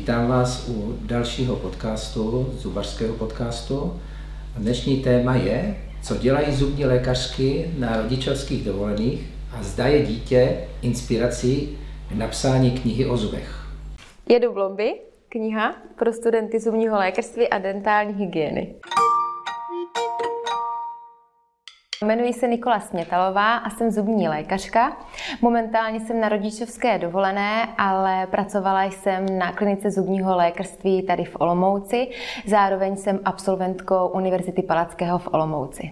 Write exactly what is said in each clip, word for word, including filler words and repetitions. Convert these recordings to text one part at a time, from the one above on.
Vítám vás u dalšího podcastu, zubařského podcastu. Dnešní téma je, co dělají zubní lékařky na rodičovských dovolených a zda je dítě inspirací k napsání knihy o zubech. Jedu Blomby, kniha pro studenty zubního lékařství a dentální hygieny. Jmenuji se Nikola Smětalová a jsem zubní lékařka. Momentálně jsem na rodičovské dovolené, ale pracovala jsem na klinice zubního lékařství tady v Olomouci. Zároveň jsem absolventkou Univerzity Palackého v Olomouci.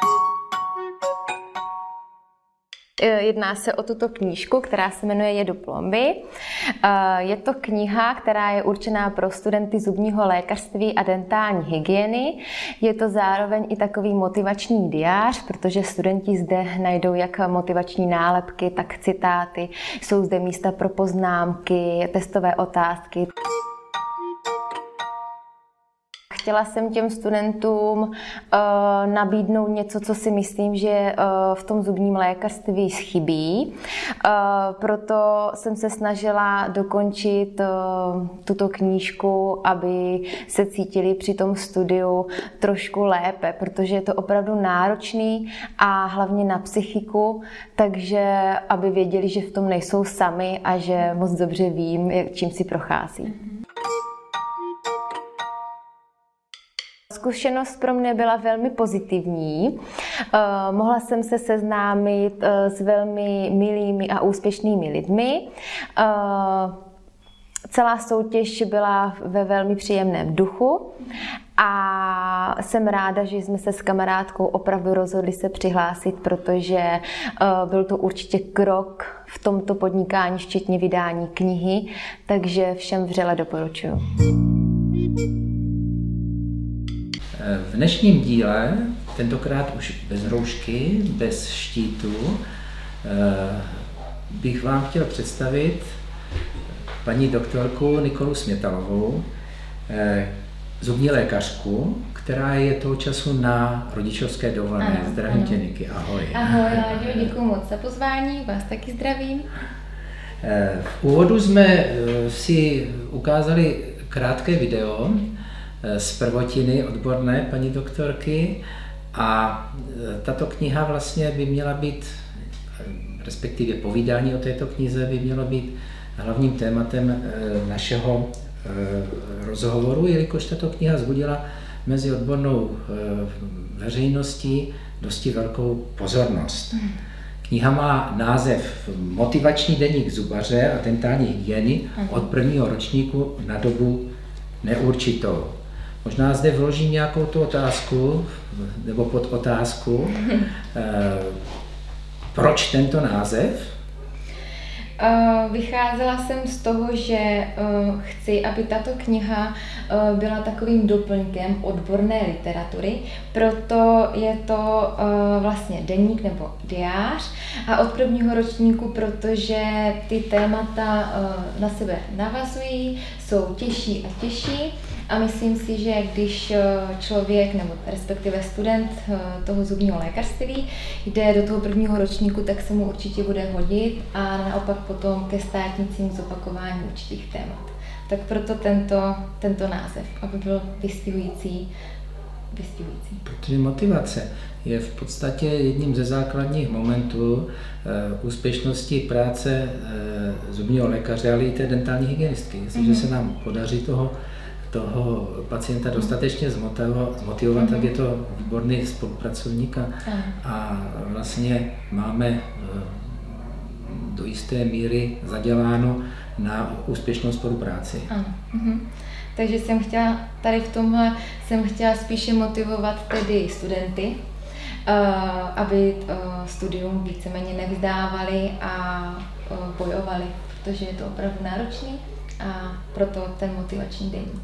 Jedná se o tuto knížku, která se jmenuje Jedu Plomby. Je to kniha, která je určená pro studenty zubního lékařství a dentální hygieny. Je to zároveň i takový motivační diář, protože studenti zde najdou jak motivační nálepky, tak citáty. Jsou zde místa pro poznámky, testové otázky. Chtěla jsem těm studentům uh, nabídnout něco, co si myslím, že uh, v tom zubním lékařství chybí. Uh, proto jsem se snažila dokončit uh, tuto knížku, aby se cítili při tom studiu trošku lépe, protože je to opravdu náročný a hlavně na psychiku, takže aby věděli, že v tom nejsou sami a že moc dobře vím, čím si prochází. Zkušenost pro mě byla velmi pozitivní. Uh, mohla jsem se seznámit uh, s velmi milými a úspěšnými lidmi. Uh, celá soutěž byla ve velmi příjemném duchu a jsem ráda, že jsme se s kamarádkou opravdu rozhodli se přihlásit, protože uh, byl to určitě krok v tomto podnikání, včetně vydání knihy, takže všem vřele doporučuji. V dnešním díle, tentokrát už bez roušky, bez štítu, bych vám chtěl představit paní doktorku Nikolu Smětalovou, zubní lékařku, která je toho času na rodičovské dovolené. Ano, Zdravím ano. tě, Niky, ahoj. Ahoj, Láďo, děkuji moc za pozvání, vás taky zdravím. V úvodu jsme si ukázali krátké video z prvotiny odborné paní doktorky a tato kniha vlastně by měla být, respektive povídání o této knize by mělo být hlavním tématem našeho rozhovoru, jelikož tato kniha vzbudila mezi odbornou veřejností dosti velkou pozornost. Kniha má název Motivační deník zubaře a dentální hygieny od prvního ročníku na dobu neurčitou. Možná zde vložím nějakou tu otázku, nebo pod otázku. Proč tento název? Vycházela jsem z toho, že chci, aby tato kniha byla takovým doplňkem odborné literatury, proto je to vlastně deník nebo diář a od prvního ročníku, protože ty témata na sebe navazují, jsou těžší a těžší. A myslím si, že když člověk, nebo respektive student toho zubního lékařství jde do toho prvního ročníku, tak se mu určitě bude hodit a naopak potom ke státnicím zopakování určitých témat. Tak proto tento, tento název, aby byl vystihující. vystihující. Protože motivace je v podstatě jedním ze základních momentů e, úspěšnosti práce e, zubního lékaře, ale i té dentální hygienistky. Jestliže mm-hmm. se nám podaří toho toho pacienta dostatečně zmotivovat, zmotivovat mm-hmm. tak je to výborný spolupracovník a, a vlastně máme do jisté míry zaděláno na úspěšnou spolupráci. Ano. Mm-hmm. Takže jsem chtěla, tady v tomhle jsem chtěla spíše motivovat tedy studenty, aby studium víceméně nevzdávali a bojovali, protože je to opravdu náročný. A proto ten motivační deník.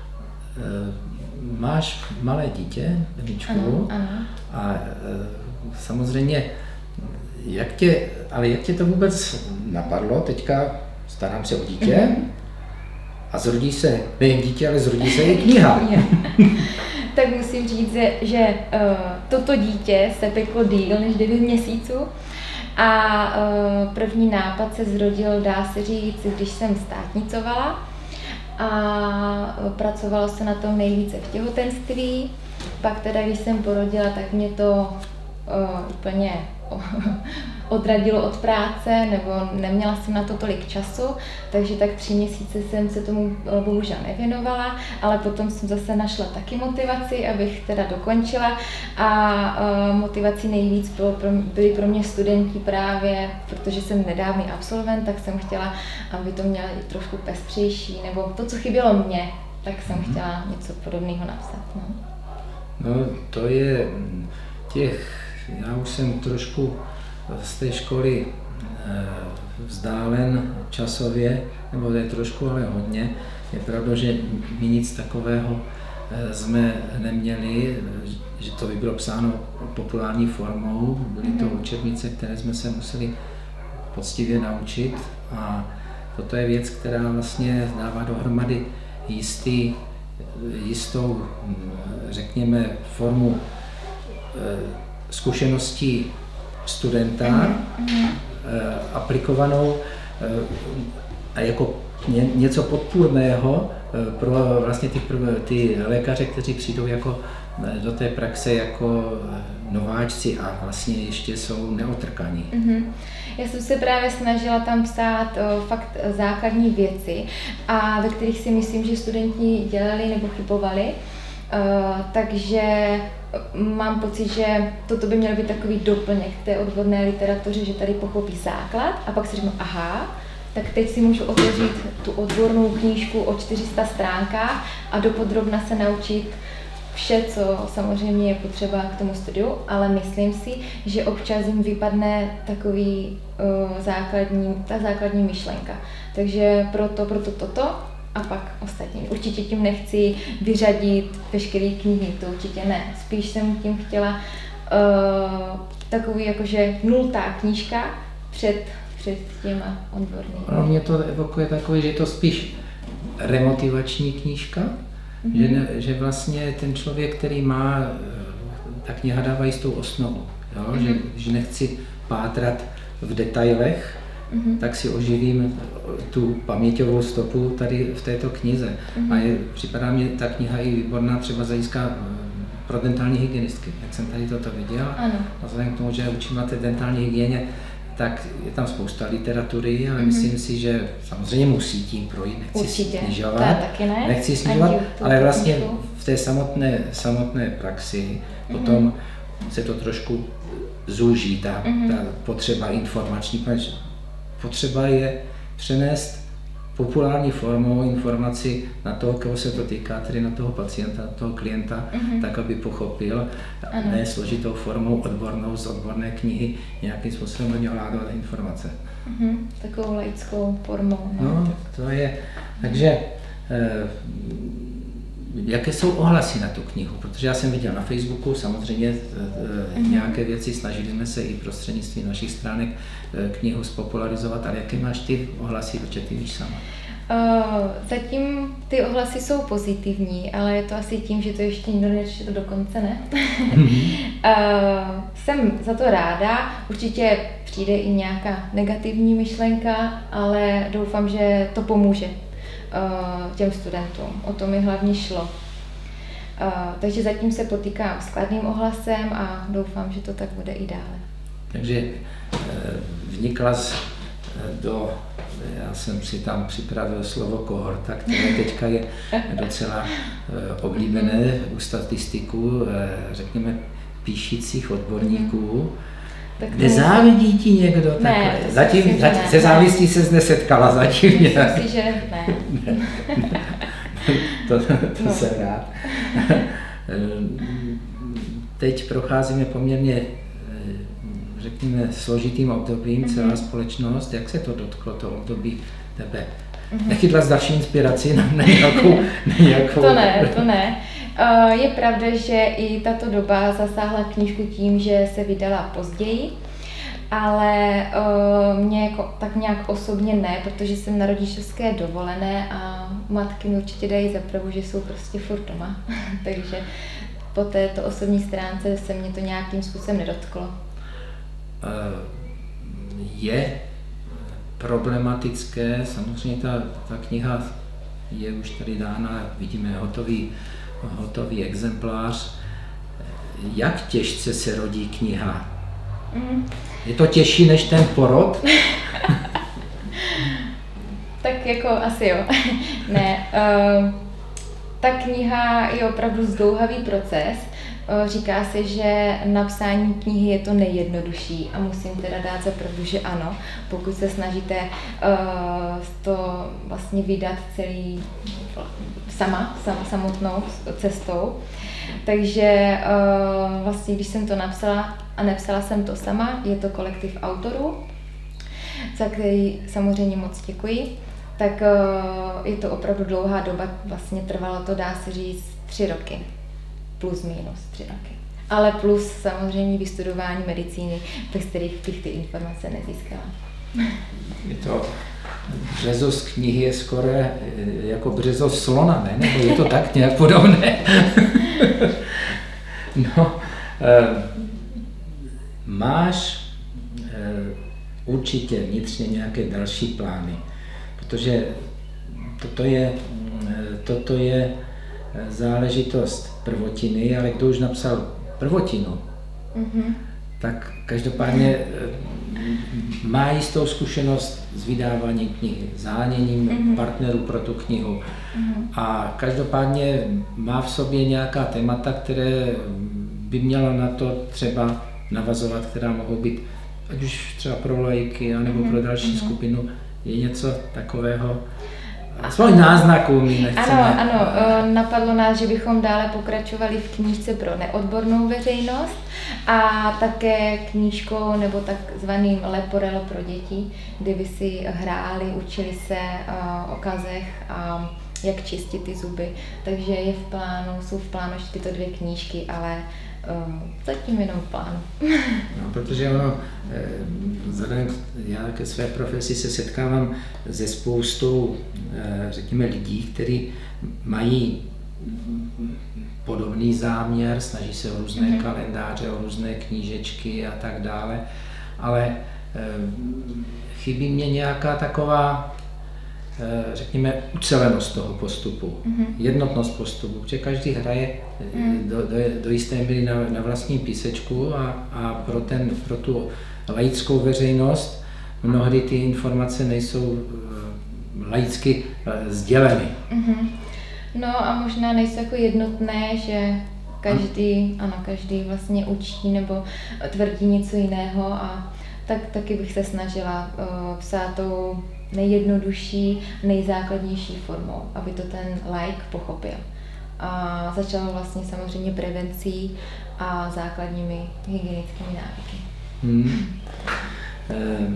Máš malé dítě, Emičku, ano, ano. A samozřejmě, jak tě, ale jak tě to vůbec napadlo, teďka starám se o dítě mm-hmm. a zrodí se nejen dítě, ale zrodí se i kniha. Tak musím říct, že uh, toto dítě se peklo díl než devět měsíců. A uh, první nápad se zrodil, dá se říct, když jsem státnicovala. a pracovalo se na tom nejvíce v těhotenství. Pak teda, když jsem porodila, tak mě to uh, úplně odradilo od práce, nebo neměla jsem na to tolik času, takže tak tři měsíce jsem se tomu bohužel nevěnovala, ale potom jsem zase našla taky motivaci, abych teda dokončila a uh, motivací nejvíc bylo pro, byli pro mě studenti právě, protože jsem nedávný absolvent, tak jsem chtěla, aby to mělo trošku pestřejší, nebo to, co chybělo mně, tak jsem chtěla něco podobného napsat. No, no to je těch, já už jsem trošku z té školy vzdálen časově, nebo je trošku, ale hodně. Je pravda, že my nic takového jsme neměli, že to by bylo psáno populární formou. Byly to učebnice, které jsme se museli poctivě naučit a toto je věc, která vlastně dává dohromady jistý, jistou, řekněme, formu zkušeností studenta, mm-hmm. aplikovanou a jako něco podpůrného pro vlastně ty, ty lékaře, kteří přijdou jako do té praxe jako nováčci a vlastně ještě jsou neotrkaní. Mm-hmm. Já jsem se právě snažila tam psát o, fakt základní věci, a ve kterých si myslím, že studenti dělali nebo chybovali. Uh, takže mám pocit, že toto by mělo být takový doplněk té odborné literatuře, že tady pochopí základ a pak si řeknu, aha, tak teď si můžu otevřít tu odbornou knížku o čtyři sta stránkách a dopodrobna se naučit vše, co samozřejmě je potřeba k tomu studiu, ale myslím si, že občas jim vypadne takový uh, základní, ta základní myšlenka. Takže proto, proto toto a pak ostatní. Určitě tím nechci vyřadit veškeré knihy, to určitě ne. Spíš jsem tím chtěla uh, takový jakože nultá knížka před, před těma odbornými. No, mě to evokuje takové, že je to spíš remotivační knížka, mm-hmm. že, ne, že vlastně ten člověk, který má, ta kniha dává jistou osnovu, jo? Mm-hmm. Že, že nechci pátrat v detailech, Mm-hmm. tak si oživím tu paměťovou stopu tady v této knize. Mm-hmm. A je, připadá mě ta kniha i výborná třeba z hlediska pro dentální hygienistky, jak jsem tady toto viděl. Ano. A vzhledem k tomu, že učím na té dentální hygieně, tak je tam spousta literatury, ale mm-hmm. myslím si, že samozřejmě musí tím projít, nechci Určitě. snižovat, taky ne. nechci snižovat, ale vlastně v té samotné, samotné praxi mm-hmm. potom se to trošku zúží, ta, mm-hmm. ta potřeba informační, potřeba je přenést populární formou informaci na toho, koho se to týká, tedy na toho pacienta, na toho klienta, mm-hmm. tak, aby pochopil, ano. ne složitou formou odbornou z odborné knihy nějakým způsobem do něho ládovat informace. Mm-hmm. Takovou laickou formou. No, no to je, takže eh, jaké jsou ohlasy na tu knihu? Protože já jsem viděl na Facebooku samozřejmě mm-hmm. nějaké věci, snažili jsme se i prostřednictvím našich stránek knihu spopularizovat, ale jaké máš ty ohlasy, protože ty víš sama? Uh, zatím ty ohlasy jsou pozitivní, ale je to asi tím, že to ještě nikdo nečetl do konce, ne? Mm-hmm. uh, jsem za to ráda, určitě přijde i nějaká negativní myšlenka, ale doufám, že to pomůže uh, těm studentům. O to mi hlavně šlo. Uh, takže zatím se potýkám s kladným ohlasem a doufám, že to tak bude i dále. Takže vnikla do, já jsem si tam připravil slovo kohorta, které teďka je docela oblíbené u statistiků, řekněme píšících odborníků. Tak Nezávidí ti někdo takhle? Ne, zatím, myslím, zatím ne, se závistí se nesetkala zatím. Myslím si, že ne. ne. to to no. jsem rád. Teď procházíme poměrně, řekněme, složitým obdobím, mm-hmm. celá společnost. Jak se to dotklo, to období tebe? Mm-hmm. Nechytla jsi další inspiraci na, na, nějakou, na nějakou... To ne, to ne. Uh, je pravda, že i tato doba zasáhla knížku tím, že se vydala později, ale uh, mě jako tak nějak osobně ne, protože jsem na rodičovské dovolené a matky mi určitě dají za pravdu, že jsou prostě furt doma. Takže po této osobní stránce se mě to nějakým způsobem nedotklo. Je problematické, samozřejmě ta, ta kniha je už tady dána, vidíme hotový, hotový exemplář. Jak těžce se rodí kniha? Mm. Je to těžší než ten porod? Tak jako asi jo. Ne, uh, ta kniha je opravdu zdlouhavý proces. Uh, říká se, že napsání knihy je to nejjednodušší a musím teda dát za pravdu, že ano, pokud se snažíte uh, to vlastně vydat celý sama, sam, samotnou cestou. Takže uh, vlastně, když jsem to napsala a nepsala jsem to sama, je to kolektiv autorů, za který samozřejmě moc děkuji, tak uh, je to opravdu dlouhá doba, vlastně trvalo to, dá se říct, tři roky, plus minus tři roky. Ale plus samozřejmě vystudování medicíny, bez kterých bych ty informace nezískala. Je to březo z knihy je skoro jako březo slona, ne? Nebo je to tak nějak podobné? No, eh, máš eh, určitě vnitřně nějaké další plány, protože toto je, toto je záležitost prvotiny, ale kdo už napsal prvotinu, mm-hmm. tak každopádně má jistou zkušenost s vydáváním knihy, záněním mm-hmm. partnerů pro tu knihu. Mm-hmm. A každopádně má v sobě nějaká témata, které by měla na to třeba navazovat, která mohou být ať už třeba pro laiky, anebo mm-hmm. pro další mm-hmm. skupinu. Je něco takového? Aspoň náznaků my nechceme. Ano, ano, napadlo nás, že bychom dále pokračovali v knížce pro neodbornou veřejnost a také knížkou nebo takzvaným Leporello pro děti, kde by si hráli, učili se o kazech a jak čistit ty zuby. Takže je v plánu, jsou v plánu ještě tyto dvě knížky, ale um, zatím jenom v plánu. No, protože ono, vzhledem já ke své profesi se setkávám se spoustou, řekněme, lidí, kteří mají podobný záměr, snaží se o různé mm-hmm. kalendáře, o různé knížečky a tak dále, ale chybí mě nějaká taková, řekněme, ucelenost toho postupu, mm-hmm. jednotnost postupu, protože každý hraje mm. do, do, do jisté míry na, na vlastní písečku a, a pro, ten, pro tu laickou veřejnost mnohdy ty informace nejsou uh, laicky uh, sděleny. Mm-hmm. No a možná nejsou jako jednotné, že každý, ano, každý vlastně učí nebo tvrdí něco jiného a tak taky bych se snažila uh, psát tou nejjednodušší, nejzákladnější formou, aby to ten laik pochopil. A začala vlastně samozřejmě prevencí a základními hygienickými návyky. Hmm. E,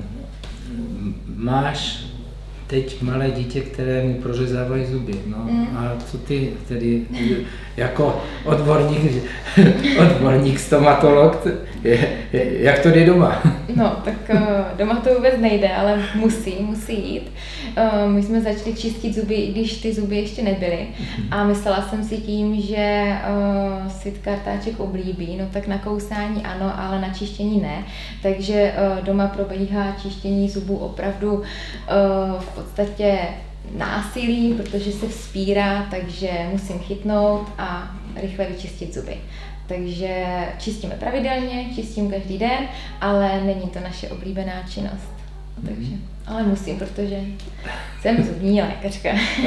máš teď malé dítě, které mu prořezávají zuby, no mm. a co ty tedy jako odborník, odborník stomatolog, je, je, jak to jde doma? No, tak doma to vůbec nejde, ale musí, musí jít. My jsme začali čistit zuby, i když ty zuby ještě nebyly a myslela jsem si tím, že si kartáček oblíbí, no tak na kousání ano, ale na čištění ne, takže doma probíhá čištění zubů opravdu v podstatě násilí, protože se vzpírá, takže musím chytnout a rychle vyčistit zuby. Takže čistíme pravidelně, čistím každý den, ale není to naše oblíbená činnost. Takže, ale musím, protože jsem zubní lékařka.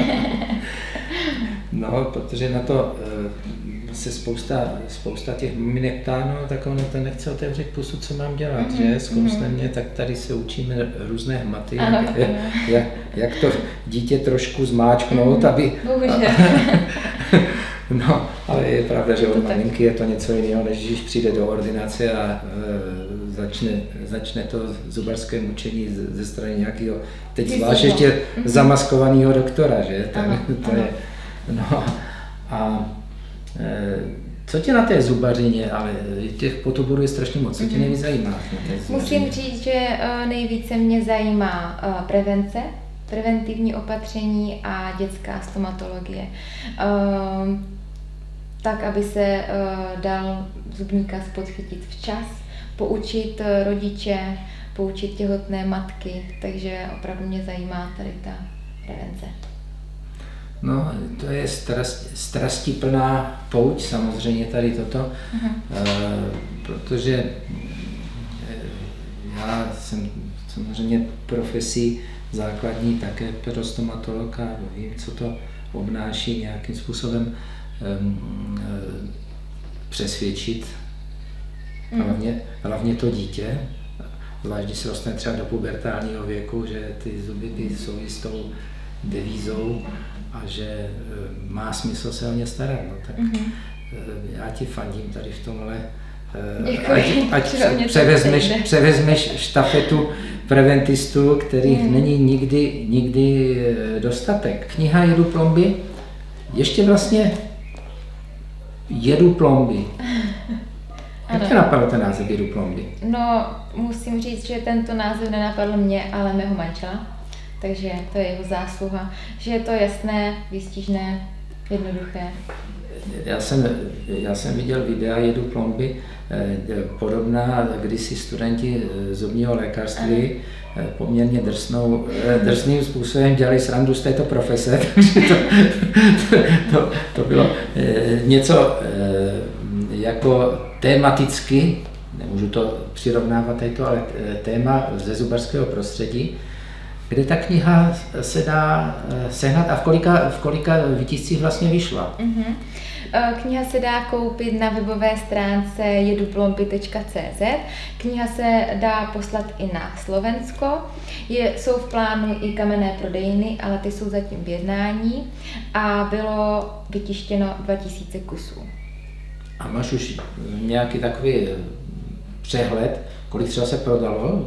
No, protože na to se spousta, spousta těch miminek ptá, no tak ono to nechce otevřít pusu, co mám dělat, mm-hmm. že? Zkousne mě, tak tady se učíme různé hmaty, ano, jak, ano. Jak, jak to dítě trošku zmáčknout, mm-hmm. aby... Bohužel. No, ale je pravda, že od malinky je to něco jiného, než když přijde do ordinace a e, začne, začne to zubarské mučení ze, ze strany nějakého, teď zvlášť ještě mm-hmm. zamaskovaného doktora, že? Tak, ano, to ano. Je, no a e, co tě na té zubařině, ale těch potoborů je strašně moc, co tě nejvíc zajímá? Musím říct, že nejvíce mě zajímá prevence, preventivní opatření a dětská stomatologie. Tak, aby se dal zubníka podchytit včas, poučit rodiče, poučit těhotné matky, takže opravdu mě zajímá tady ta prevence. No, to je strast, strastiplná pouť samozřejmě tady toto, uh-huh. uh, protože já jsem samozřejmě profesí základní také perostomatolog a vím, co to obnáší nějakým způsobem um, uh, přesvědčit uh-huh. hlavně, hlavně to dítě, zvlášť když se dostane třeba do pubertálního věku, že ty zuby ty jsou jistou devízou a že má smysl se o ně starat. No, tak mm-hmm. já ti fandím tady v tomhle. Děkuji, ať ať převezmeš, převezmeš štafetu preventistů, kterých mm. není nikdy, nikdy dostatek. Kniha Jedu plomby, ještě vlastně Jedu plomby. Jak tě napadl ten název Jedu plomby? No, musím říct, že tento název nenapadl mě, ale mého manžela. Takže to je jeho zásluha, že je to jasné, výstižné, jednoduché. Já jsem, já jsem viděl videa Jedu plomby, podobná kdysi studenti zubního lékařství Aha. poměrně drsnou, drsným způsobem dělali srandu z této profese, takže to, to, to, to bylo něco jako tematicky, nemůžu to přirovnávat to, ale téma ze zubařského prostředí, kde ta kniha se dá sehnat a v kolika, v kolika výtiscích vlastně vyšla? Mm-hmm. Kniha se dá koupit na webové stránce jedu plomby tečka cé zet. Kniha se dá poslat i na Slovensko. Je, jsou v plánu i kamenné prodejny, ale ty jsou zatím v jednání a bylo vytištěno dva tisíce kusů. A máš už nějaký takový přehled, kolik třeba se prodalo?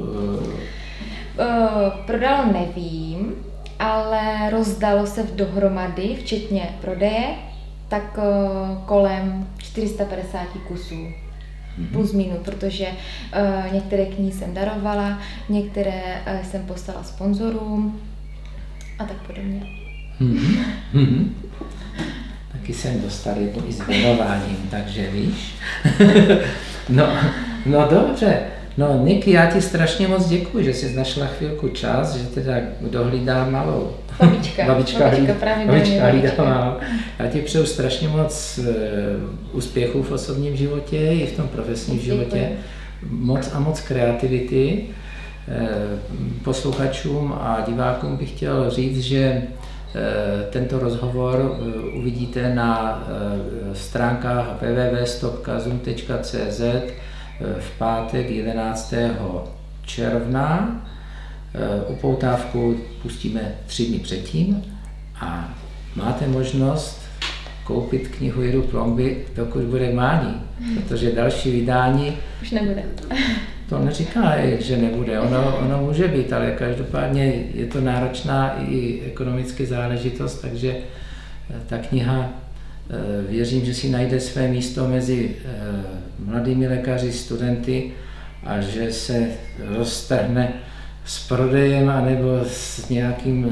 Uh, prodalo nevím, ale rozdalo se dohromady, včetně prodeje, tak uh, kolem čtyři sta padesát kusů. Mm-hmm. Plus minus, protože uh, některé knihy jsem darovala, některé uh, jsem poslala sponzorům a tak podobně. Mm-hmm. Taky jsem dostal jednu i s věnováním, takže víš. no, no dobře. No Niky, já ti strašně moc děkuji, že jsi našla chvilku čas, že teda kdo hlídá malou. Babička. babička, babička, hlídá, babička hlídá malou. Já ti přeju strašně moc uh, úspěchů v osobním životě i v tom profesním děkuji. životě. Moc a moc kreativity. Uh, posluchačům a divákům bych chtěl říct, že uh, tento rozhovor uh, uvidíte na uh, stránkách w w w tečka stopkazum tečka cé zet v pátek jedenáctého června. Upoutávku pustíme tři dny předtím a máte možnost koupit knihu Jedu plomby, dokud bude mání, protože další vydání už nebude. To neříká, že nebude, ono, ono může být, ale každopádně je to náročná i ekonomicky záležitost, takže ta kniha, věřím, že si najde své místo mezi mladými lékaři, studenty a že se roztrhne s prodejem anebo s nějakým,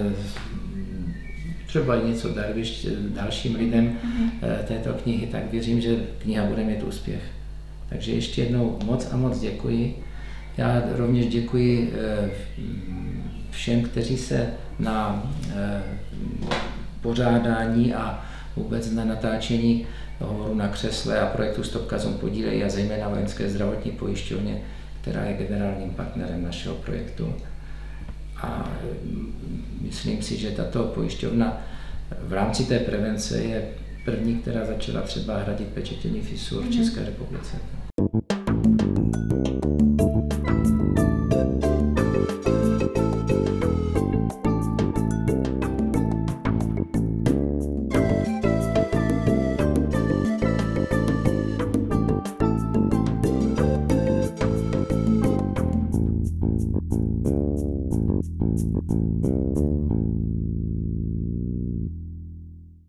třeba něco darviš dalším lidem této knihy, tak věřím, že kniha bude mít úspěch. Takže ještě jednou moc a moc děkuji. Já rovněž děkuji všem, kteří se na pořádání a vůbec na natáčení Hovoru na křesle a projektu Stopkazum podílejí a zejména Vojenské zdravotní pojišťovně, která je generálním partnerem našeho projektu. A myslím si, že tato pojišťovna v rámci té prevence je první, která začala třeba hradit pečetění F I S U v České republice.